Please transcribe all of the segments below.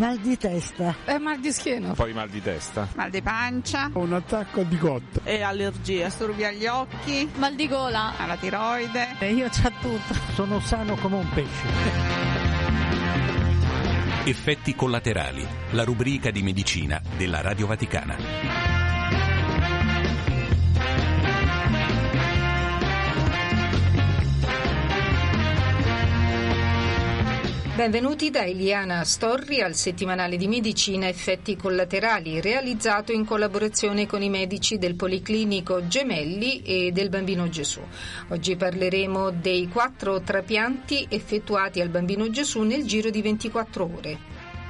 Mal di testa. Mal di schiena. Poi mal di testa. Mal di pancia. Un attacco di cotta. E allergia. Disturbi agli occhi. Mal di gola. Alla tiroide. Io c'ho tutto. Sono sano come un pesce. Effetti collaterali, la rubrica di medicina della Radio Vaticana. Benvenuti da Eliana Storri al settimanale di medicina Effetti collaterali, realizzato in collaborazione con i medici del Policlinico Gemelli e del Bambino Gesù. Oggi parleremo dei 4 trapianti effettuati al Bambino Gesù nel giro di 24 ore.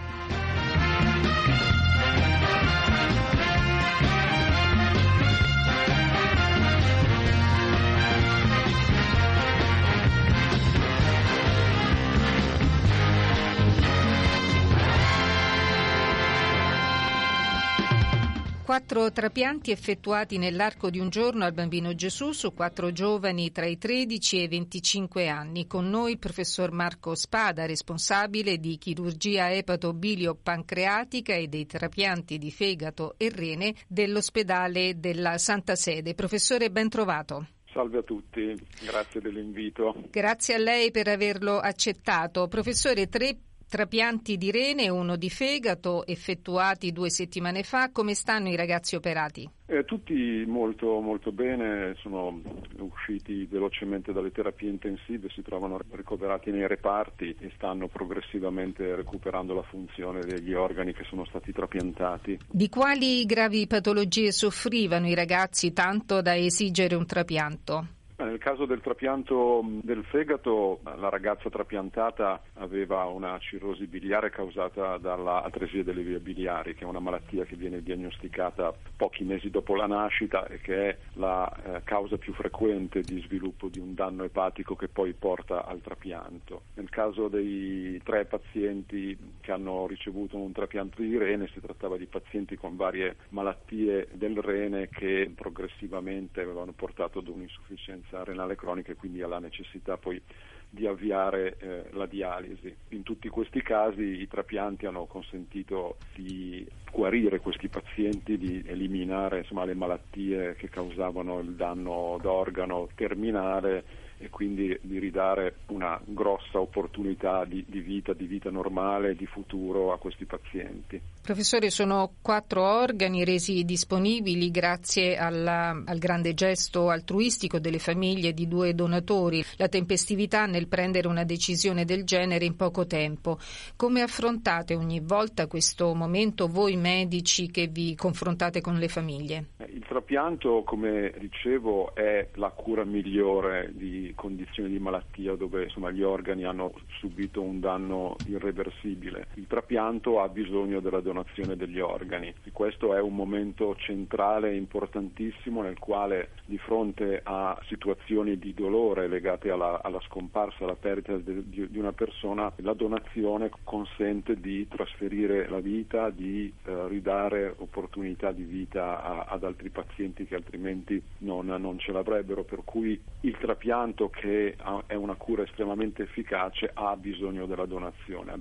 Quattro trapianti effettuati nell'arco di un giorno al Bambino Gesù su 4 giovani tra i 13 e i 25 anni. Con noi il professor Marco Spada, responsabile di chirurgia epato-bilio-pancreatica e dei trapianti di fegato e rene dell'ospedale della Santa Sede. Professore, ben trovato. Salve a tutti, grazie dell'invito. Grazie a lei per averlo accettato. Professore, 3 trapianti di rene e 1 di fegato effettuati 2 settimane fa. Come stanno i ragazzi operati? Tutti molto molto bene, sono usciti velocemente dalle terapie intensive, si trovano ricoverati nei reparti e stanno progressivamente recuperando la funzione degli organi che sono stati trapiantati. Di quali gravi patologie soffrivano i ragazzi tanto da esigere un trapianto? Nel caso del trapianto del fegato, la ragazza trapiantata aveva una cirrosi biliare causata dalla atresia delle vie biliari, che è una malattia che viene diagnosticata pochi mesi dopo la nascita e che è la causa più frequente di sviluppo di un danno epatico che poi porta al trapianto. Nel caso dei 3 pazienti che hanno ricevuto un trapianto di rene, si trattava di pazienti con varie malattie del rene che progressivamente avevano portato ad un'insufficienza renale cronica e quindi alla necessità poi di avviare la dialisi. In tutti questi casi i trapianti hanno consentito di guarire questi pazienti, di eliminare le malattie che causavano il danno d'organo terminale e quindi di ridare una grossa opportunità di vita normale, di futuro a questi pazienti. Professore, sono 4 organi resi disponibili grazie al grande gesto altruistico delle famiglie di 2 donatori, la tempestività nel prendere una decisione del genere in poco tempo. Come affrontate ogni volta questo momento voi medici che vi confrontate con le famiglie? Il trapianto, come dicevo, è la cura migliore di condizioni di malattia dove gli organi hanno subito un danno irreversibile. Il trapianto ha bisogno della donazione degli organi e questo è un momento centrale e importantissimo nel quale, di fronte a situazioni di dolore legate alla scomparsa, alla perdita di una persona, la donazione consente di trasferire la vita, di ridare opportunità di vita ad altri pazienti che altrimenti non ce l'avrebbero, per cui il trapianto, che è una cura estremamente efficace, ha bisogno della donazione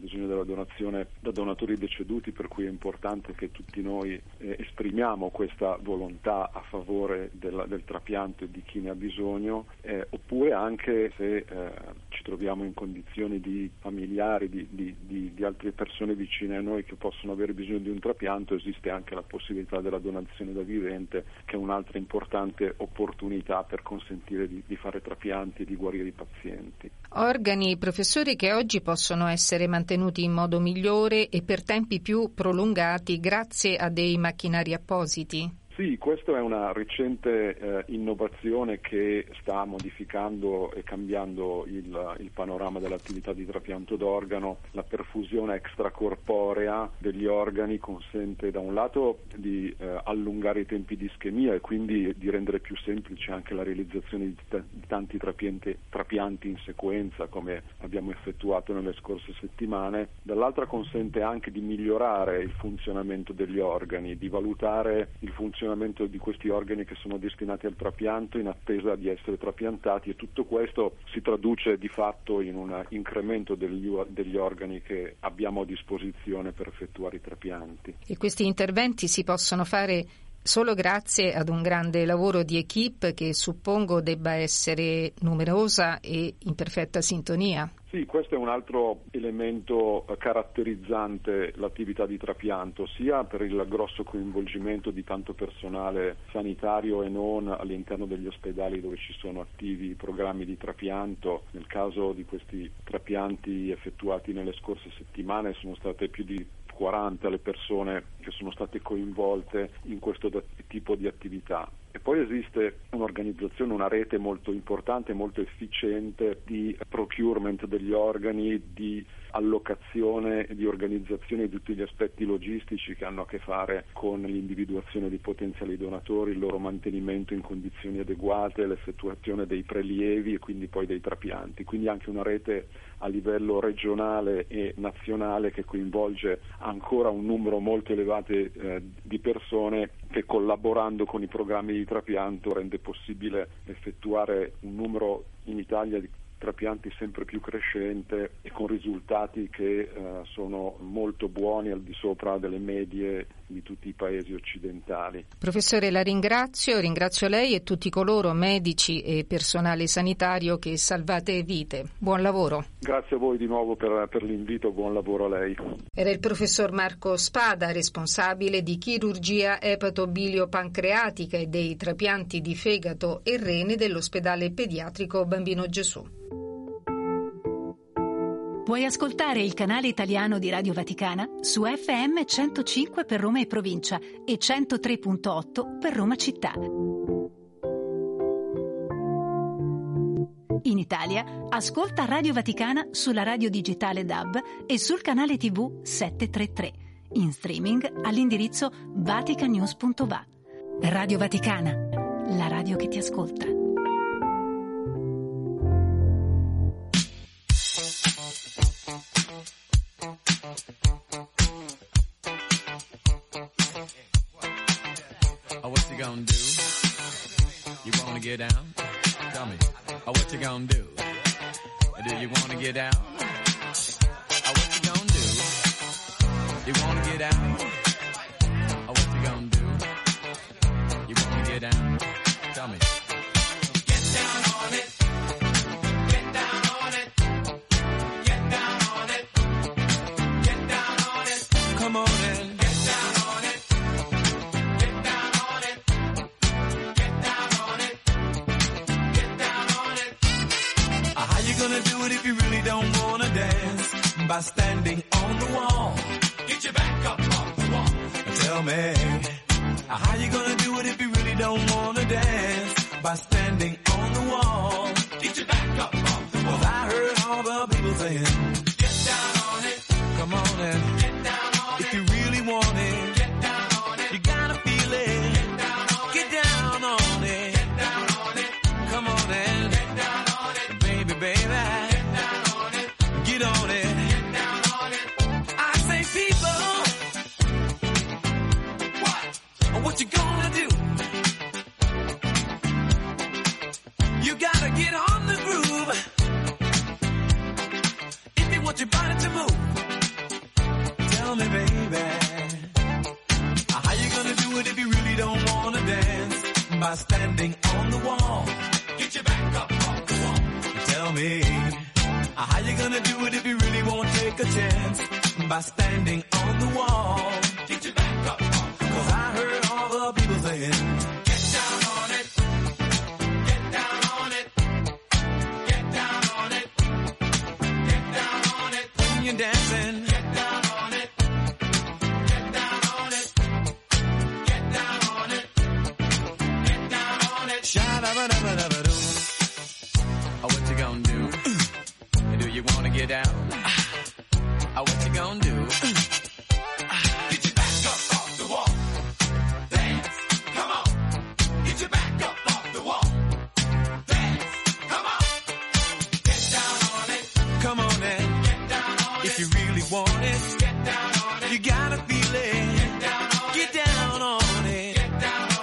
da donatori deceduti, per cui è importante che tutti noi esprimiamo questa volontà a favore del trapianto e di chi ne ha bisogno, oppure anche se ci troviamo in condizioni di familiari, di altre persone vicine a noi che possono avere bisogno di un trapianto, esiste anche la possibilità della donazione da vivente, che è un'altra importante opportunità per consentire di fare trapianti e di guarire i pazienti. Organi, professori, che oggi possono essere mantenuti in modo migliore e per tempi più prolungati grazie a dei macchinari appositi? Sì, questa è una recente innovazione che sta modificando e cambiando il panorama dell'attività di trapianto d'organo. La perfusione extracorporea degli organi consente da un lato di allungare i tempi di ischemia e quindi di rendere più semplice anche la realizzazione di tanti trapianti in sequenza, come abbiamo effettuato nelle scorse settimane. Dall'altra consente anche di migliorare il funzionamento degli organi, di valutare il funzionamento funzionamento di questi organi che sono destinati al trapianto in attesa di essere trapiantati, e tutto questo si traduce di fatto in un incremento degli organi che abbiamo a disposizione per effettuare i trapianti. E questi interventi si possono fare solo grazie ad un grande lavoro di equipe che suppongo debba essere numerosa e in perfetta sintonia. Sì, questo è un altro elemento caratterizzante l'attività di trapianto, sia per il grosso coinvolgimento di tanto personale sanitario e non all'interno degli ospedali dove ci sono attivi programmi di trapianto. Nel caso di questi trapianti effettuati nelle scorse settimane sono state più di 40 le persone che sono state coinvolte in questo tipo di attività. E poi esiste un'organizzazione, una rete molto importante, molto efficiente di procurement degli organi, di allocazione e di organizzazione di tutti gli aspetti logistici che hanno a che fare con l'individuazione di potenziali donatori, il loro mantenimento in condizioni adeguate, l'effettuazione dei prelievi e quindi poi dei trapianti. Quindi anche una rete a livello regionale e nazionale che coinvolge ancora un numero molto elevato di persone che, collaborando con i programmi di trapianto, rende possibile effettuare un numero in Italia di trapianti sempre più crescente e con risultati che sono molto buoni, al di sopra delle medie di tutti i paesi occidentali. Professore, la ringrazio lei e tutti coloro, medici e personale sanitario, che salvate vite. Buon lavoro. Grazie a voi di nuovo per l'invito, buon lavoro a lei. Era il professor Marco Spada, responsabile di chirurgia epatobilio-pancreatica e dei trapianti di fegato e rene dell'ospedale pediatrico Bambino Gesù. Puoi ascoltare il canale italiano di Radio Vaticana su FM 105 per Roma e provincia e 103.8 per Roma città. In Italia, ascolta Radio Vaticana sulla radio digitale DAB e sul canale TV 733. In streaming all'indirizzo vaticanews.va. Radio Vaticana, la radio che ti ascolta. What you gonna do? You wanna get down? Tell me. What you gonna do? Do you wanna get down? What you gonna do? You wanna get down? What you gonna do? You wanna get down? Tell me. Get down on it. Get down on it. Get down on it. Get down on it. Come on in. If you really don't wanna dance, by standing on the wall, get your back up off the wall. Tell me, how you gonna do it if you really don't wanna dance, by standing on the wall, get your back up off the wall. 'Cause I heard all the people saying, get down on it, come on and get down on it. If you really want it, get down on it. You gotta feel it, get down on it. Get down on it, get down on it. Come on and get down on it, baby, baby. What you gonna do? You gotta get on the groove if you want your body to move. Tell me, baby, how you gonna do it if you really don't wanna dance? By standing on the wall, get your back up off the wall. Tell me, how you gonna do it if you really won't take a chance? By standing on the wall, get your back up off the wall. 'Cause I heard all the people saying, get down on it, get down on it, get down on it, get down on it. When you're dancing, get down on it, get down on it, get down on it, get down on it. Sha-da-ba-da-ba-da-ba-doo. What you gonna do? Do you wanna get down? What you gonna do? Get your back up off the wall. Dance, come on. Get your back up off the wall. Dance, come on. Get down on it. Come on and get down on it. If you really want it, get down on it. You gotta feel it. Get down on it. Get down on it. Get down on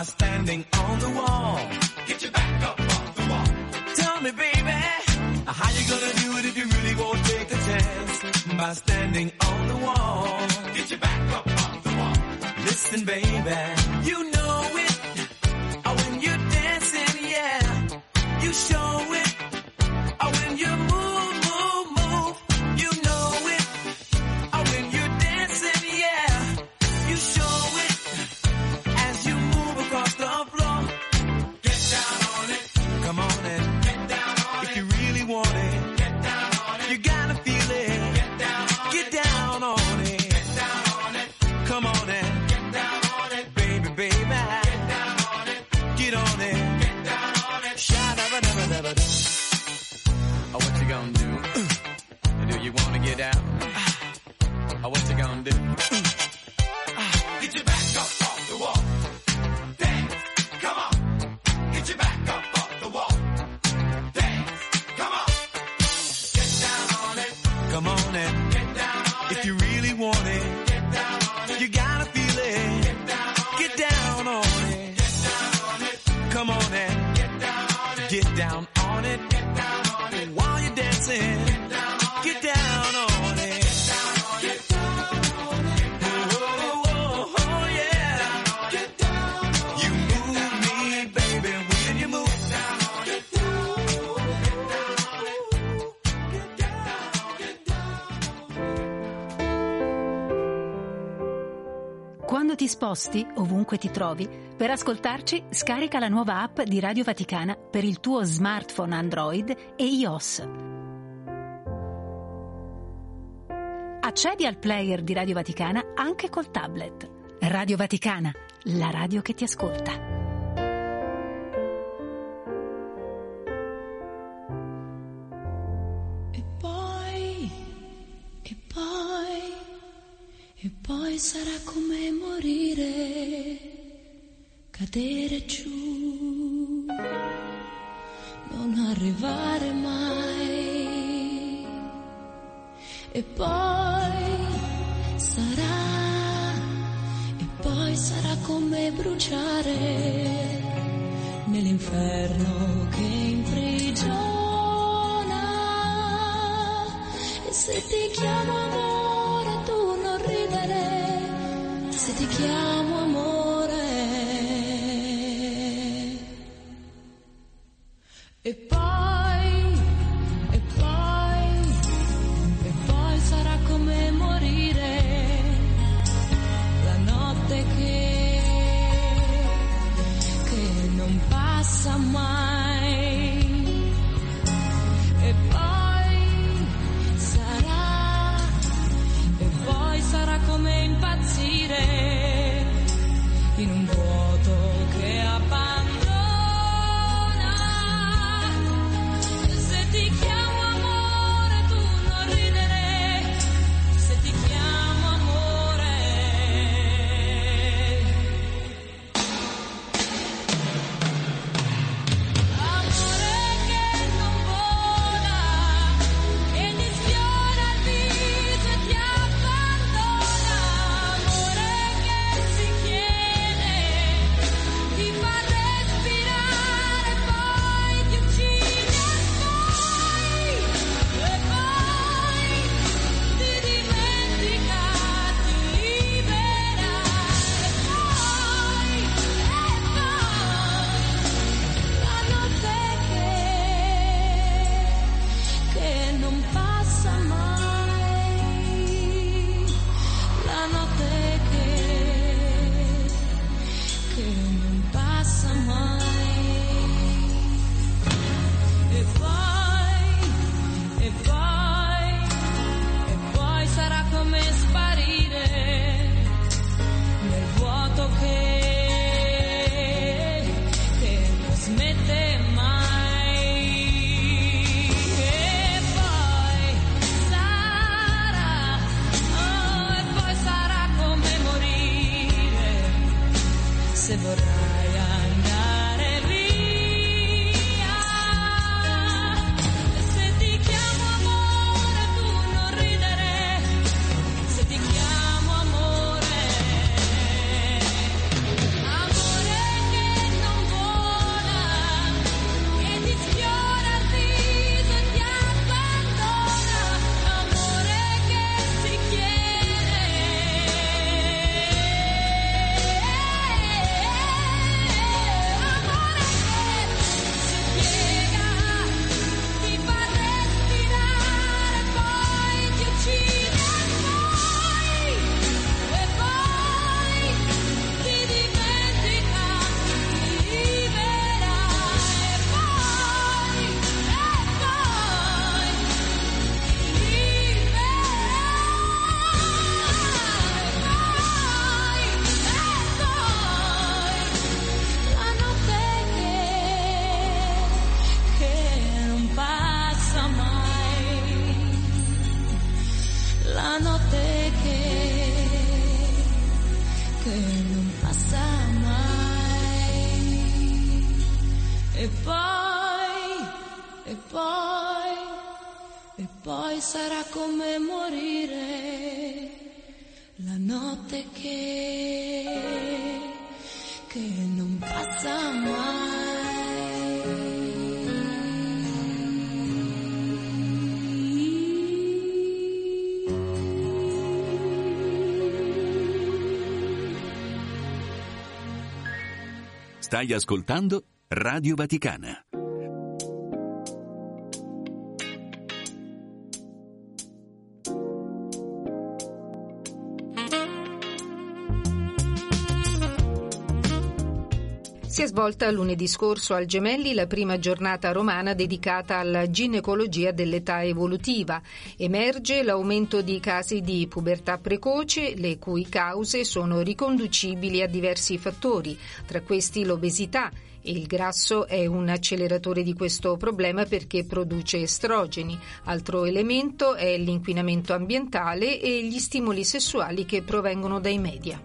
standing on the wall. Get your back up off the wall. Tell me, baby, how you gonna do it if you really won't take the chance? By standing on the wall. Get your back up off the wall. Listen, baby, you know it. When you're dancing, yeah, you show it. When you move, move, move, you know it. When you're dancing, yeah, you show it. As you move across the floor, get down on it. Come on and get down on it. If you really want it, get down on it. You gotta feel it. Get down on it. Get down on it. Get down on it. Come on and get down on it, baby, baby. Get down on it. Get on it. Get down on it. Sha-da-ba-da-ba-da-ba-da. Oh, what you gonna do? Do you wanna get out? Oh, what you gonna do? Get your back up off the wall. Dance, come on. Get your back up off the wall. Dance, come on. Get down on it. Come on and get down on it. If you really want it, get down on it. You gotta feel it. Get down on it. Get down on it. Get down on it. Come on and get down on it. Get down on it. Get down on it. While you're dancing, get down on it. Get down on it. Get down on it. Oh, oh, oh, yeah. Get down on it. You move me, baby, when you move. Get down on it. Get down on it. Quando ti sposti, ovunque ti trovi, per ascoltarci scarica la nuova app di Radio Vaticana per il tuo smartphone Android e iOS. Accedi al player di Radio Vaticana anche col tablet. Radio Vaticana, la radio che ti ascolta. E poi sarà come morire, cadere giù, non arrivare mai. E poi sarà come bruciare nell'inferno che imprigiona. E se ti chiamo amore tu non ridere, se ti chiamo amore. E poi sarà come morire la notte che non passa mai. E poi sarà come impazzire in un vuoto che abbandona. Se ti chiamo amore tu non ridere, se ti chiamo amore. Amore che non vola, che ti sfiora il viso e ti abbandona. Amore che si chiede di far respirare, poi ti uccide e poi ti dimentica, ti libera. E poi la notte che non passa mai, la notte che non passa mai. E poi sarà come sparire nel vuoto che non smette mai. E poi sarà come morire se vorrai andare via. Se ti chiamo amore tu non ridere, se ti chiamo amore. Amore che E poi sarà come morire la notte che non passa mai. Stai ascoltando Radio Vaticana. Si è svolta lunedì scorso al Gemelli la prima giornata romana dedicata alla ginecologia dell'età evolutiva. Emerge l'aumento di casi di pubertà precoce, le cui cause sono riconducibili a diversi fattori, tra questi l'obesità. E il grasso è un acceleratore di questo problema perché produce estrogeni. Altro elemento è l'inquinamento ambientale e gli stimoli sessuali che provengono dai media.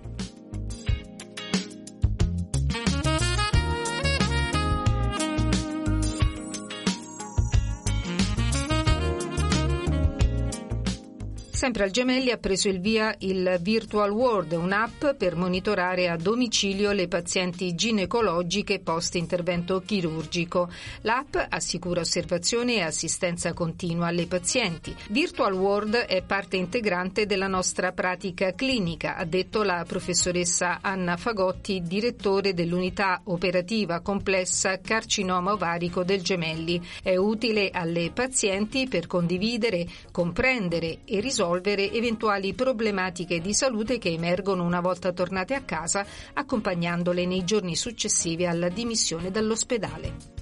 Sempre al Gemelli ha preso il via il Virtual Ward, un'app per monitorare a domicilio le pazienti ginecologiche post-intervento chirurgico. L'app assicura osservazione e assistenza continua alle pazienti. Virtual Ward è parte integrante della nostra pratica clinica, ha detto la professoressa Anna Fagotti, direttore dell'unità operativa complessa carcinoma ovarico del Gemelli. È utile alle pazienti per condividere, comprendere e risolvere eventuali problematiche di salute che emergono una volta tornate a casa, accompagnandole nei giorni successivi alla dimissione dall'ospedale.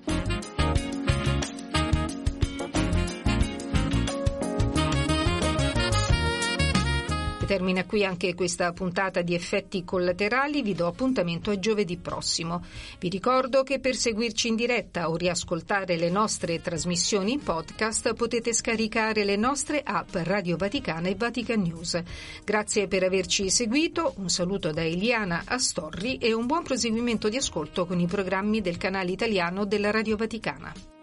Termina qui anche questa puntata di Effetti Collaterali, vi do appuntamento a giovedì prossimo. Vi ricordo che per seguirci in diretta o riascoltare le nostre trasmissioni in podcast potete scaricare le nostre app Radio Vaticana e Vatican News. Grazie per averci seguito, un saluto da Eliana Astorri e un buon proseguimento di ascolto con i programmi del canale italiano della Radio Vaticana.